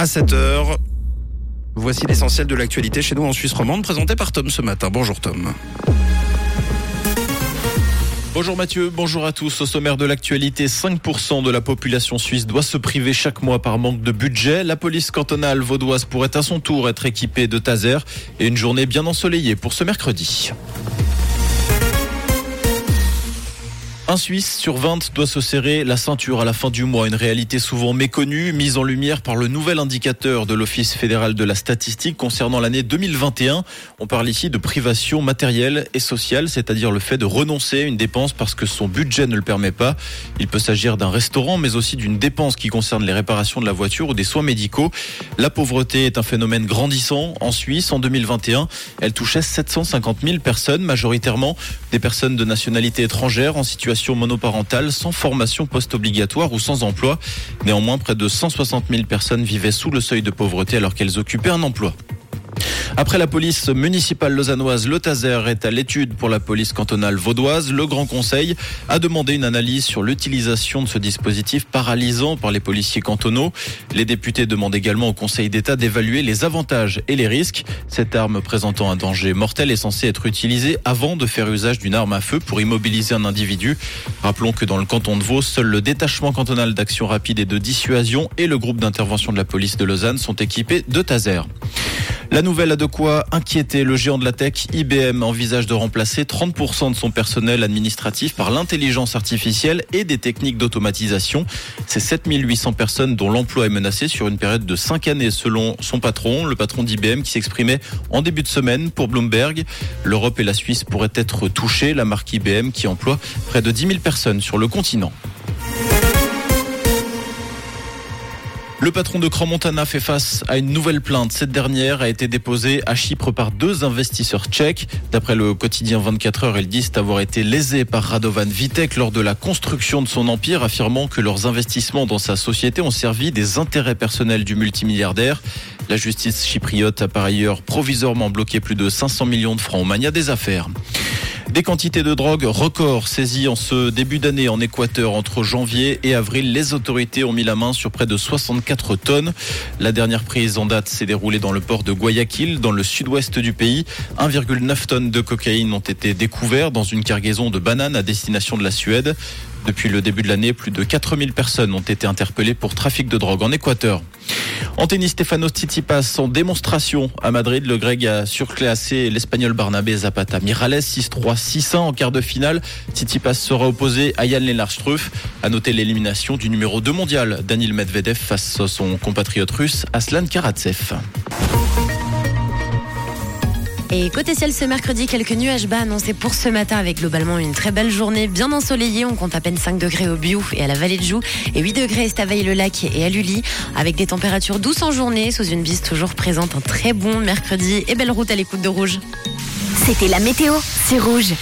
À 7h. Voici l'essentiel de l'actualité chez nous en Suisse romande, présenté par Tom ce matin. Bonjour Tom. Bonjour Mathieu, bonjour à tous. Au sommaire de l'actualité, 5% de la population suisse doit se priver chaque mois par manque de budget. La police cantonale vaudoise pourrait à son tour être équipée de tasers et une journée bien ensoleillée pour ce mercredi. Un Suisse sur 20 doit se serrer la ceinture à la fin du mois. Une réalité souvent méconnue, mise en lumière par le nouvel indicateur de l'Office fédéral de la statistique concernant l'année 2021. On parle ici de privation matérielle et sociale, c'est-à-dire le fait de renoncer à une dépense parce que son budget ne le permet pas. Il peut s'agir d'un restaurant, mais aussi d'une dépense qui concerne les réparations de la voiture ou des soins médicaux. La pauvreté est un phénomène grandissant en Suisse. En 2021, elle touchait 750 000 personnes, majoritairement des personnes de nationalité étrangère en situation monoparentale, sans formation post-obligatoire ou sans emploi. Néanmoins, près de 160 000 personnes vivaient sous le seuil de pauvreté alors qu'elles occupaient un emploi. Après la police municipale lausannoise, le taser est à l'étude pour la police cantonale vaudoise. Le Grand Conseil a demandé une analyse sur l'utilisation de ce dispositif paralysant par les policiers cantonaux. Les députés demandent également au Conseil d'État d'évaluer les avantages et les risques. Cette arme présentant un danger mortel est censée être utilisée avant de faire usage d'une arme à feu pour immobiliser un individu. Rappelons que dans le canton de Vaud, seul le détachement cantonal d'action rapide et de dissuasion et le groupe d'intervention de la police de Lausanne sont équipés de tasers. La nouvelle a de quoi inquiéter. Le géant de la tech IBM envisage de remplacer 30% de son personnel administratif par l'intelligence artificielle et des techniques d'automatisation. C'est 7800 personnes dont l'emploi est menacé sur une période de 5 années selon son patron, le patron d'IBM qui s'exprimait en début de semaine pour Bloomberg. L'Europe et la Suisse pourraient être touchées. La marque IBM qui emploie près de 10 000 personnes sur le continent. Le patron de Crans-Montana fait face à une nouvelle plainte. Cette dernière a été déposée à Chypre par 2 investisseurs tchèques. D'après le quotidien 24 heures, ils disent avoir été lésés par Radovan Vitek lors de la construction de son empire, affirmant que leurs investissements dans sa société ont servi des intérêts personnels du multimilliardaire. La justice chypriote a par ailleurs provisoirement bloqué plus de 500 millions de francs au mania des affaires. Des quantités de drogue records saisies en ce début d'année en Équateur. Entre janvier et avril, les autorités ont mis la main sur près de 64 tonnes. La dernière prise en date s'est déroulée dans le port de Guayaquil, dans le sud-ouest du pays. 1,9 tonnes de cocaïne ont été découvertes dans une cargaison de bananes à destination de la Suède. Depuis le début de l'année, plus de 4000 personnes ont été interpellées pour trafic de drogue en Équateur. En tennis, Stefanos Tsitsipas en démonstration à Madrid. Le Grec a surclassé l'Espagnol Barnabé Zapata Miralles 6-3, 6-1 en quart de finale. Tsitsipas sera opposé à Jan Lennart Struff. À noter l'élimination du numéro 2 mondial, Daniil Medvedev, face à son compatriote russe Aslan Karatsev. Et côté ciel, ce mercredi, quelques nuages bas annoncés pour ce matin avec globalement une très belle journée bien ensoleillée. On compte à peine 5 degrés au Biou et à la Vallée de Joux et 8 degrés à Estavayer-le-Lac et à Lully avec des températures douces en journée sous une bise toujours présente. Un très bon mercredi et belle route à l'écoute de Rouge. C'était la météo, c'est Rouge.